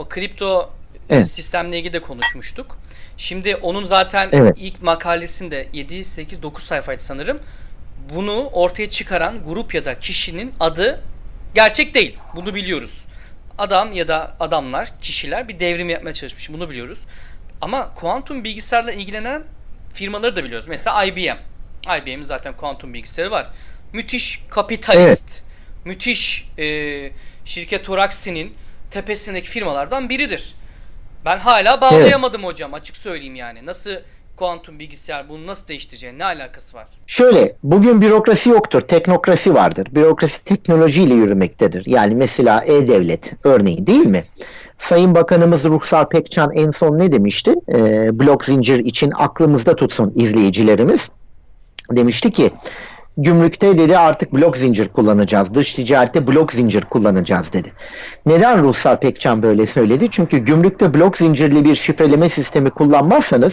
o kripto Evet, sistemle ilgili de konuşmuştuk. Şimdi onun zaten evet, ilk makalesinde 7, 8, 9 sayfaydı sanırım. Bunu ortaya çıkaran grup ya da kişinin adı gerçek değil. Bunu biliyoruz. Adam ya da adamlar, kişiler bir devrim yapmaya çalışmış. Bunu biliyoruz. Ama kuantum bilgisayarla ilgilenen firmaları da biliyoruz. Mesela IBM. IBM'in zaten kuantum bilgisayarı var. Müthiş evet, kapitalist, müthiş şirket Toraxi'nin tepesindeki firmalardan biridir. Ben hala evet. bağlayamadım hocam, açık söyleyeyim yani. Nasıl kuantum bilgisayar bunu nasıl değiştireceğine ne alakası var? Şöyle, bugün bürokrasi yoktur, teknokrasi vardır. Bürokrasi teknolojiyle yürümektedir. Yani mesela E-Devlet örneği değil mi? Sayın Bakanımız Ruhsar Pekcan en son ne demişti? Blok zincir için aklımızda tutsun izleyicilerimiz. Demişti ki, gümrükte dedi artık blok zincir kullanacağız. Dış ticarette blok zincir kullanacağız dedi. Neden Ruhsar Pekcan böyle söyledi? Çünkü gümrükte blok zincirli bir şifreleme sistemi kullanmazsanız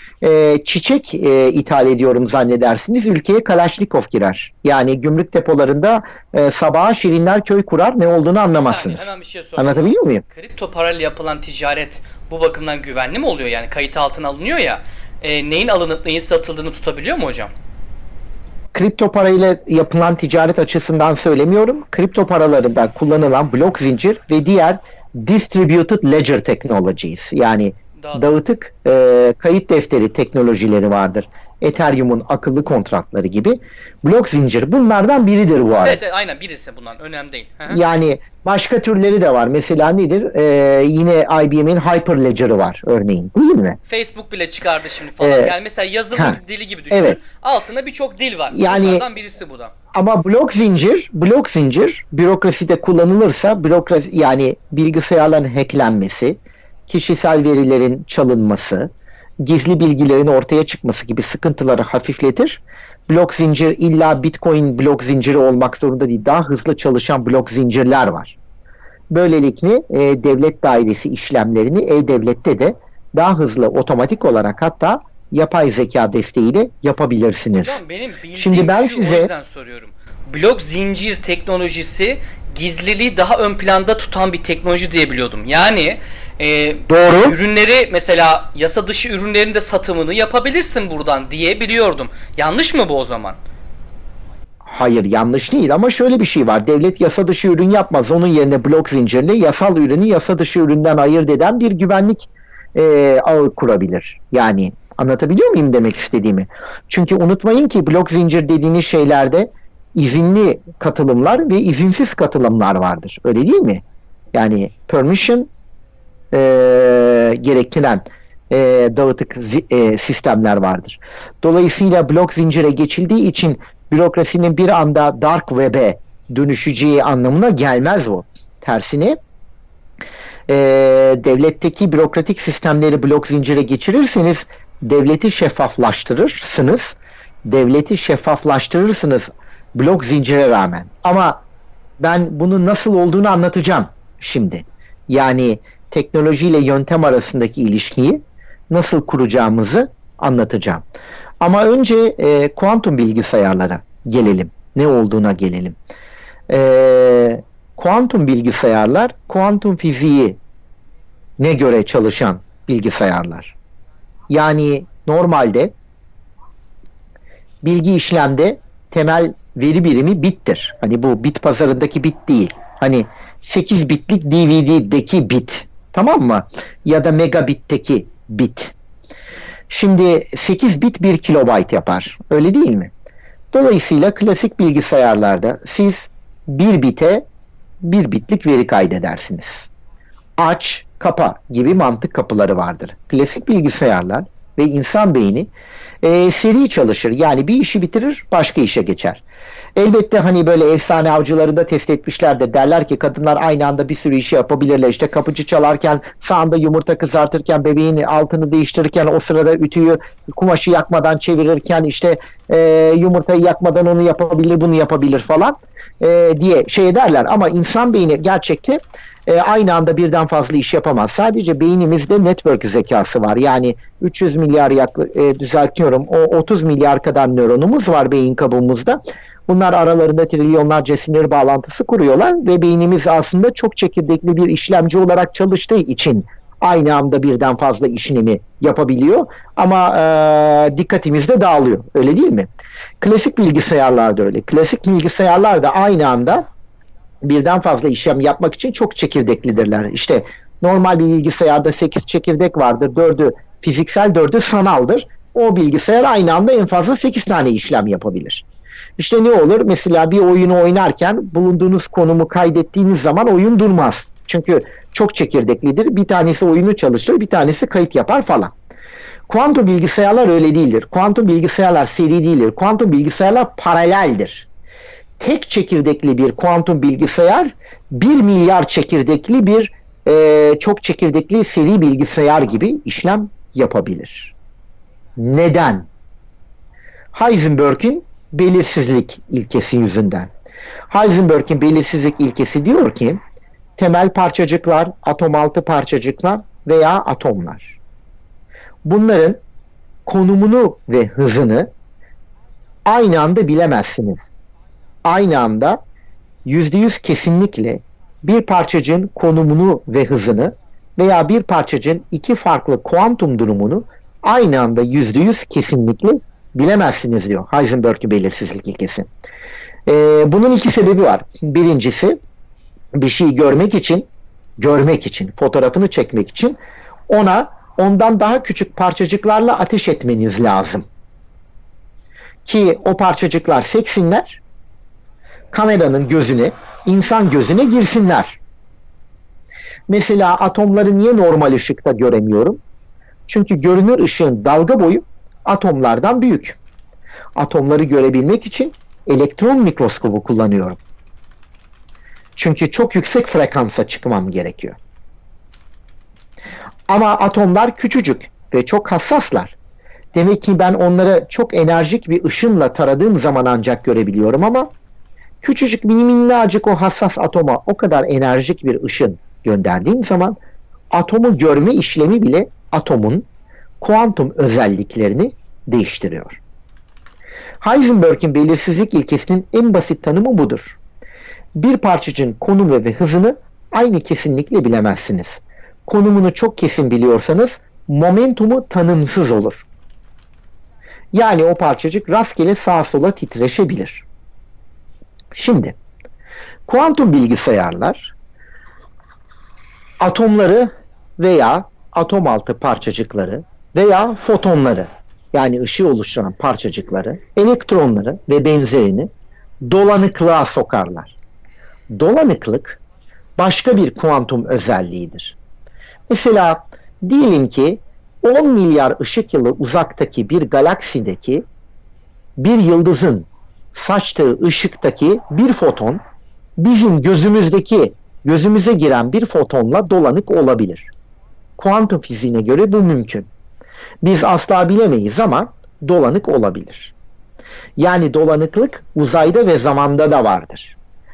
çiçek ithal ediyorum zannedersiniz. Ülkeye Kalaşnikov girer. Yani gümrük depolarında sabaha Şirinler köy kurar, ne olduğunu Bir saniye, anlamazsınız. hemen bir şey sormam Anlatabiliyor lazım. muyum? Kripto parayla yapılan ticaret bu bakımdan güvenli mi oluyor? Yani kayıt altına alınıyor ya. Neyin alınıp neyin satıldığını tutabiliyor mu hocam? Kripto parayla yapılan ticaret açısından söylemiyorum. Kripto paralarında kullanılan blok zincir ve diğer distributed ledger technologies, yani Dağıtım. dağıtık kayıt defteri teknolojileri vardır. Ethereum'un akıllı kontratları gibi. Blok zincir bunlardan biridir bu arada. Evet, evet, aynen, birisi bundan. Önemli değil. Hı hı. Yani başka türleri de var. Mesela nedir? Yine IBM'in Hyperledger'ı var örneğin, değil mi? Facebook bile çıkardı şimdi falan. Ee, Yani mesela yazılım ha, dili gibi evet. düşünün. Altında birçok dil var. Yani Bunlardan birisi bu da. ama blok zincir bürokraside kullanılırsa, bürokrasi yani bilgisayarların hacklenmesi, kişisel verilerin çalınması, gizli bilgilerin ortaya çıkması gibi sıkıntıları hafifletir. Blok zincir illa Bitcoin blok zinciri olmak zorunda değil. Daha hızlı çalışan blok zincirler var. Böylelikle devlet dairesi işlemlerini E-Devlet'te de daha hızlı, otomatik olarak, hatta yapay zeka desteğiyle yapabilirsiniz. Hocam benim Şimdi bildiğim ben şu, o size yüzden soruyorum. Blok zincir teknolojisi gizliliği daha ön planda tutan bir teknoloji diye biliyordum. Yani doğru. ürünleri, mesela yasa dışı ürünlerin de satımını yapabilirsin buradan diye biliyordum. Yanlış mı bu o zaman? Hayır, yanlış değil, ama şöyle bir şey var. Devlet yasa dışı ürün yapmaz. Onun yerine blok zincirle yasal ürünü yasa dışı üründen ayırt eden bir güvenlik ağı kurabilir. Yani anlatabiliyor muyum demek istediğimi? Çünkü unutmayın ki blok zincir dediğiniz şeylerde izinli katılımlar ve izinsiz katılımlar vardır. Öyle değil mi? Yani permission gerektiren dağıtık sistemler vardır. Dolayısıyla blok zincire geçildiği için bürokrasinin bir anda dark web'e dönüşeceği anlamına gelmez bu. Tersine devletteki bürokratik sistemleri blok zincire geçirirseniz devleti şeffaflaştırırsınız. Devleti şeffaflaştırırsınız blok zincire rağmen. Ama ben bunun nasıl olduğunu anlatacağım şimdi. Yani teknolojiyle yöntem arasındaki ilişkiyi nasıl kuracağımızı anlatacağım. Ama önce kuantum bilgisayarlara gelelim. Ne olduğuna gelelim. Kuantum bilgisayarlar, kuantum fiziği ne göre çalışan bilgisayarlar. Yani normalde bilgi işlemde temel veri birimi bittir. Hani bu bit pazarındaki bit değil. Hani 8 bitlik DVD'deki bit. Tamam mı? Ya da megabitteki bit. Şimdi 8 bit 1 kilobayt yapar. Öyle değil mi? Dolayısıyla klasik bilgisayarlarda siz bir bite 1 bitlik veri kaydedersiniz. Aç, kapa gibi mantık kapıları vardır. Klasik bilgisayarlar ve insan beyni seri çalışır. Yani bir işi bitirir, başka işe geçer. Elbette hani böyle efsane avcılarında test etmişlerdir. Derler ki kadınlar aynı anda bir sürü işi yapabilirler. İşte kapıcı çalarken, sağında yumurta kızartırken, bebeğin altını değiştirirken, o sırada ütüyü, kumaşı yakmadan çevirirken, işte yumurtayı yakmadan onu yapabilir, bunu yapabilir falan diye şey ederler. Ama insan beyni gerçekte aynı anda birden fazla iş yapamaz. Sadece beynimizde network zekası var. Yani 300 milyar düzeltiyorum, o 30 milyar kadar nöronumuz var beyin kabuğumuzda. Bunlar aralarında trilyonlarca sinir bağlantısı kuruyorlar ve beynimiz aslında çok çekirdekli bir işlemci olarak çalıştığı için aynı anda birden fazla işlemi yapabiliyor ama dikkatimiz de dağılıyor. Öyle değil mi? Klasik bilgisayarlar da öyle. Klasik bilgisayarlar da aynı anda birden fazla işlem yapmak için çok çekirdeklidirler. İşte normal bir bilgisayarda 8 çekirdek vardır. 4'ü fiziksel, 4'ü sanaldır. O bilgisayar aynı anda en fazla 8 tane işlem yapabilir. İşte ne olur? Mesela bir oyunu oynarken bulunduğunuz konumu kaydettiğiniz zaman oyun durmaz. Çünkü çok çekirdeklidir. Bir tanesi oyunu çalıştırır, bir tanesi kayıt yapar falan. Kuantum bilgisayarlar öyle değildir. Kuantum bilgisayarlar seri değildir. Kuantum bilgisayarlar paraleldir. Tek çekirdekli bir kuantum bilgisayar 1 milyar çekirdekli bir çok çekirdekli seri bilgisayar gibi işlem yapabilir. Neden? Heisenberg'in belirsizlik ilkesi yüzünden. Heisenberg'in belirsizlik ilkesi diyor ki temel parçacıklar, atom altı parçacıklar veya atomlar. Bunların konumunu ve hızını aynı anda bilemezsiniz. Aynı anda %100 kesinlikle bir parçacığın konumunu ve hızını veya bir parçacığın iki farklı kuantum durumunu aynı anda %100 kesinlikle bilemezsiniz diyor Heisenberg'in belirsizlik ilkesi. Bunun iki sebebi var. Birincisi bir şeyi görmek için, fotoğrafını çekmek için ondan daha küçük parçacıklarla ateş etmeniz lazım. Ki o parçacıklar seksinler, kameranın gözüne, insan gözüne girsinler. Mesela atomları niye normal ışıkta göremiyorum? Çünkü görünür ışığın dalga boyu atomlardan büyük. Atomları görebilmek için elektron mikroskobu kullanıyorum. Çünkü çok yüksek frekansa çıkmam gerekiyor. Ama atomlar küçücük ve çok hassaslar. Demek ki ben onları çok enerjik bir ışınla taradığım zaman ancak görebiliyorum ama küçücük minnacık o hassas atoma o kadar enerjik bir ışın gönderdiğim zaman atomu görme işlemi bile atomun kuantum özelliklerini değiştiriyor. Heisenberg'in belirsizlik ilkesinin en basit tanımı budur. Bir parçacığın konumu ve hızını aynı kesinlikle bilemezsiniz. Konumunu çok kesin biliyorsanız momentumu tanımsız olur. Yani o parçacık rastgele sağa sola titreşebilir. Şimdi kuantum bilgisayarlar atomları veya atom altı parçacıkları veya fotonları yani ışığı oluşturan parçacıkları, elektronları ve benzerini dolanıklığa sokarlar. Dolanıklık başka bir kuantum özelliğidir. Mesela diyelim ki 10 milyar ışık yılı uzaktaki bir galaksideki bir yıldızın saçtığı ışıktaki bir foton bizim gözümüze giren bir fotonla dolanık olabilir. Kuantum fiziğine göre bu mümkün. Biz asla bilemeyiz ama dolanık olabilir. Yani dolanıklık uzayda ve zamanda da vardır.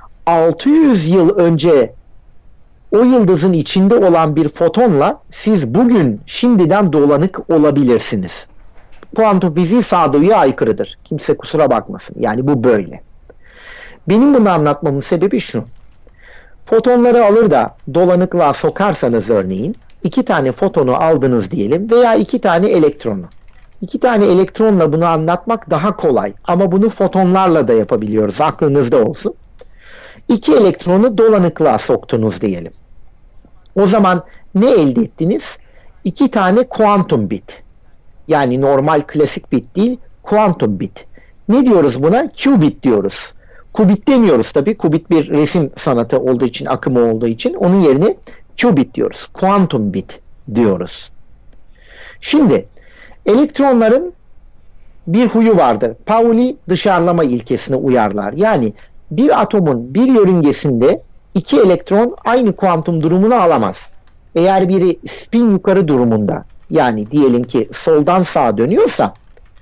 600 yıl önce o yıldızın içinde olan bir fotonla siz bugün şimdiden dolanık olabilirsiniz. Kuantum fiziği sağduyuya aykırıdır. Kimse kusura bakmasın. Yani bu böyle. Benim bunu anlatmamın sebebi şu. Fotonları alır da dolanıklığa sokarsanız örneğin 2 tane fotonu aldınız diyelim veya 2 tane elektronu. 2 tane elektronla bunu anlatmak daha kolay ama bunu fotonlarla da yapabiliyoruz. Aklınızda olsun. 2 elektronu dolanıklığa soktunuz diyelim. O zaman ne elde ettiniz? 2 tane kuantum bit. Yani normal klasik bit değil, kuantum bit. Ne diyoruz buna? Qubit diyoruz. Kubit demiyoruz tabii. Kubit bir resim sanatı olduğu için, akımı olduğu için onun yerine qubit diyoruz. Kuantum bit diyoruz. Şimdi elektronların bir huyu vardır. Pauli dışarılama ilkesine uyarlar. Yani bir atomun bir yörüngesinde 2 elektron aynı kuantum durumunu alamaz. Eğer biri spin yukarı durumunda, yani diyelim ki soldan sağa dönüyorsa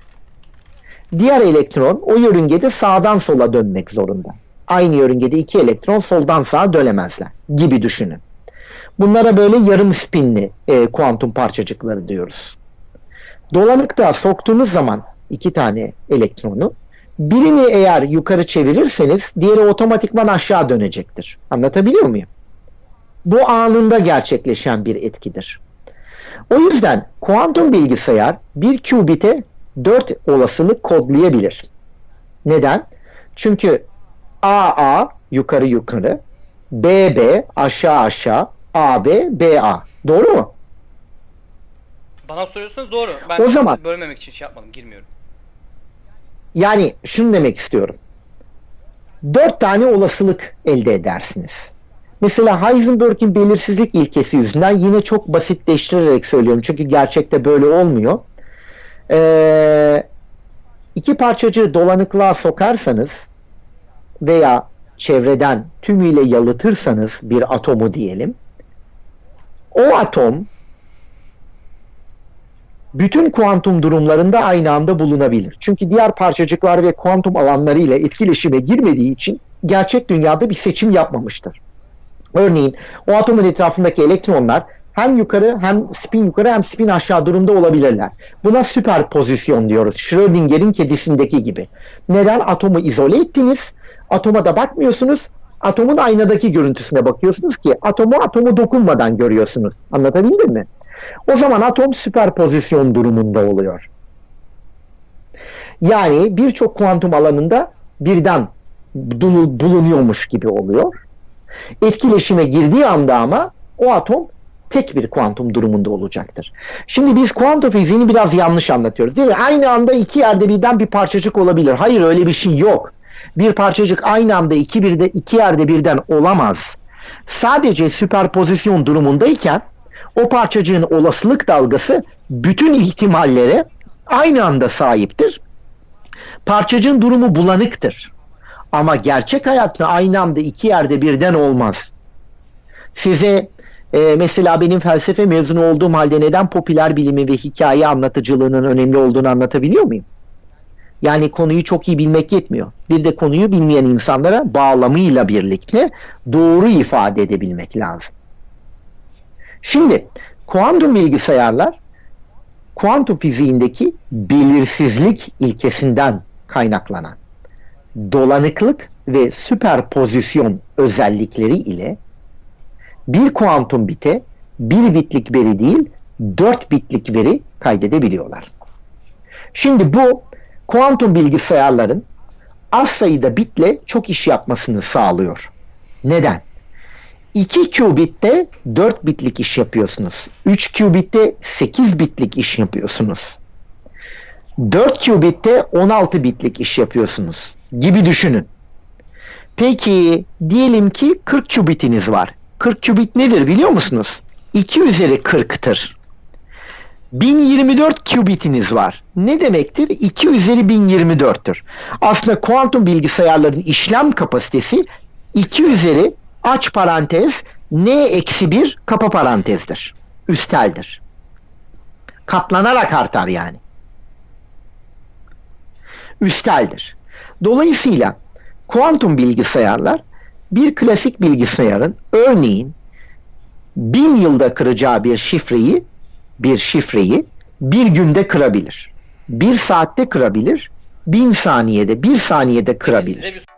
diğer elektron o yörüngede sağdan sola dönmek zorunda. Aynı yörüngede 2 elektron soldan sağa dönemezler gibi düşünün. Bunlara böyle yarım spinli kuantum parçacıkları diyoruz. Dolanıkta soktuğunuz zaman 2 tane elektronu Birini eğer yukarı çevirirseniz diğeri otomatikman aşağı dönecektir. Anlatabiliyor muyum? Bu anında gerçekleşen bir etkidir. O yüzden kuantum bilgisayar bir qubit'e 4 olasılık kodlayabilir. Neden? Çünkü AA yukarı yukarı, BB aşağı aşağı, AB BA. Doğru mu? Bana soruyorsanız doğru. Ben O zaman bölmemek için şey yapmadım, girmiyorum. yani şunu demek istiyorum. 4 tane olasılık elde edersiniz. Mesela Heisenberg'in belirsizlik ilkesi yüzünden yine çok basitleştirerek söylüyorum. Çünkü gerçekte böyle olmuyor. İki parçacığı dolanıklığa sokarsanız veya çevreden tümüyle yalıtırsanız bir atomu diyelim, o atom bütün kuantum durumlarında aynı anda bulunabilir. Çünkü diğer parçacıklar ve kuantum alanları ile etkileşime girmediği için gerçek dünyada bir seçim yapmamıştır. Örneğin o atomun etrafındaki elektronlar hem yukarı hem spin yukarı hem spin aşağı durumda olabilirler. Buna süperpozisyon diyoruz. Schrödinger'in kedisindeki gibi. Neden? Atomu izole ettiniz. Atoma da bakmıyorsunuz. Atomun aynadaki görüntüsüne bakıyorsunuz ki atomu dokunmadan görüyorsunuz. Anlatabildim mi? O zaman atom süperpozisyon durumunda oluyor. Yani birçok kuantum alanında birden bulunuyormuş gibi oluyor. Etkileşime girdiği anda ama o atom tek bir kuantum durumunda olacaktır. Şimdi biz kuantum fiziğini biraz yanlış anlatıyoruz. Yani aynı anda iki yerde birden bir parçacık olabilir. Hayır, öyle bir şey yok. Bir parçacık aynı anda iki yerde birden olamaz. Sadece süperpozisyon durumundayken o parçacığın olasılık dalgası bütün ihtimallere aynı anda sahiptir. Parçacığın durumu bulanıktır. Ama gerçek hayatta aynı anda iki yerde birden olmaz. Size mesela benim felsefe mezunu olduğum halde neden popüler bilimi ve hikaye anlatıcılığının önemli olduğunu anlatabiliyor muyum? Yani konuyu çok iyi bilmek yetmiyor. Bir de konuyu bilmeyen insanlara bağlamıyla birlikte doğru ifade edebilmek lazım. Şimdi kuantum bilgisayarlar kuantum fiziğindeki belirsizlik ilkesinden kaynaklanan dolanıklık ve süperpozisyon özellikleri ile bir kuantum bite 1 bitlik veri değil 4 bitlik veri kaydedebiliyorlar. Şimdi bu kuantum bilgisayarların az sayıda bitle çok iş yapmasını sağlıyor. Neden? 2 qubit'te 4 bitlik iş yapıyorsunuz. 3 qubit'te 8 bitlik iş yapıyorsunuz. 4 qubit'te 16 bitlik iş yapıyorsunuz gibi düşünün. Peki diyelim ki 40 qubit'iniz var. 40 qubit nedir biliyor musunuz? 2 üzeri 40'tır. 1024 qubit'iniz var. Ne demektir? 2 üzeri 1024'tür. Aslında kuantum bilgisayarların işlem kapasitesi 2 üzeri aç parantez n-1 kapa parantezdir. Üsteldir. Katlanarak artar yani. Üsteldir. Dolayısıyla kuantum bilgisayarlar bir klasik bilgisayarın örneğin 1000 yılda kıracağı bir şifreyi bir günde kırabilir. 1 saatte kırabilir. 1000 saniyede, 1 saniyede kırabilir.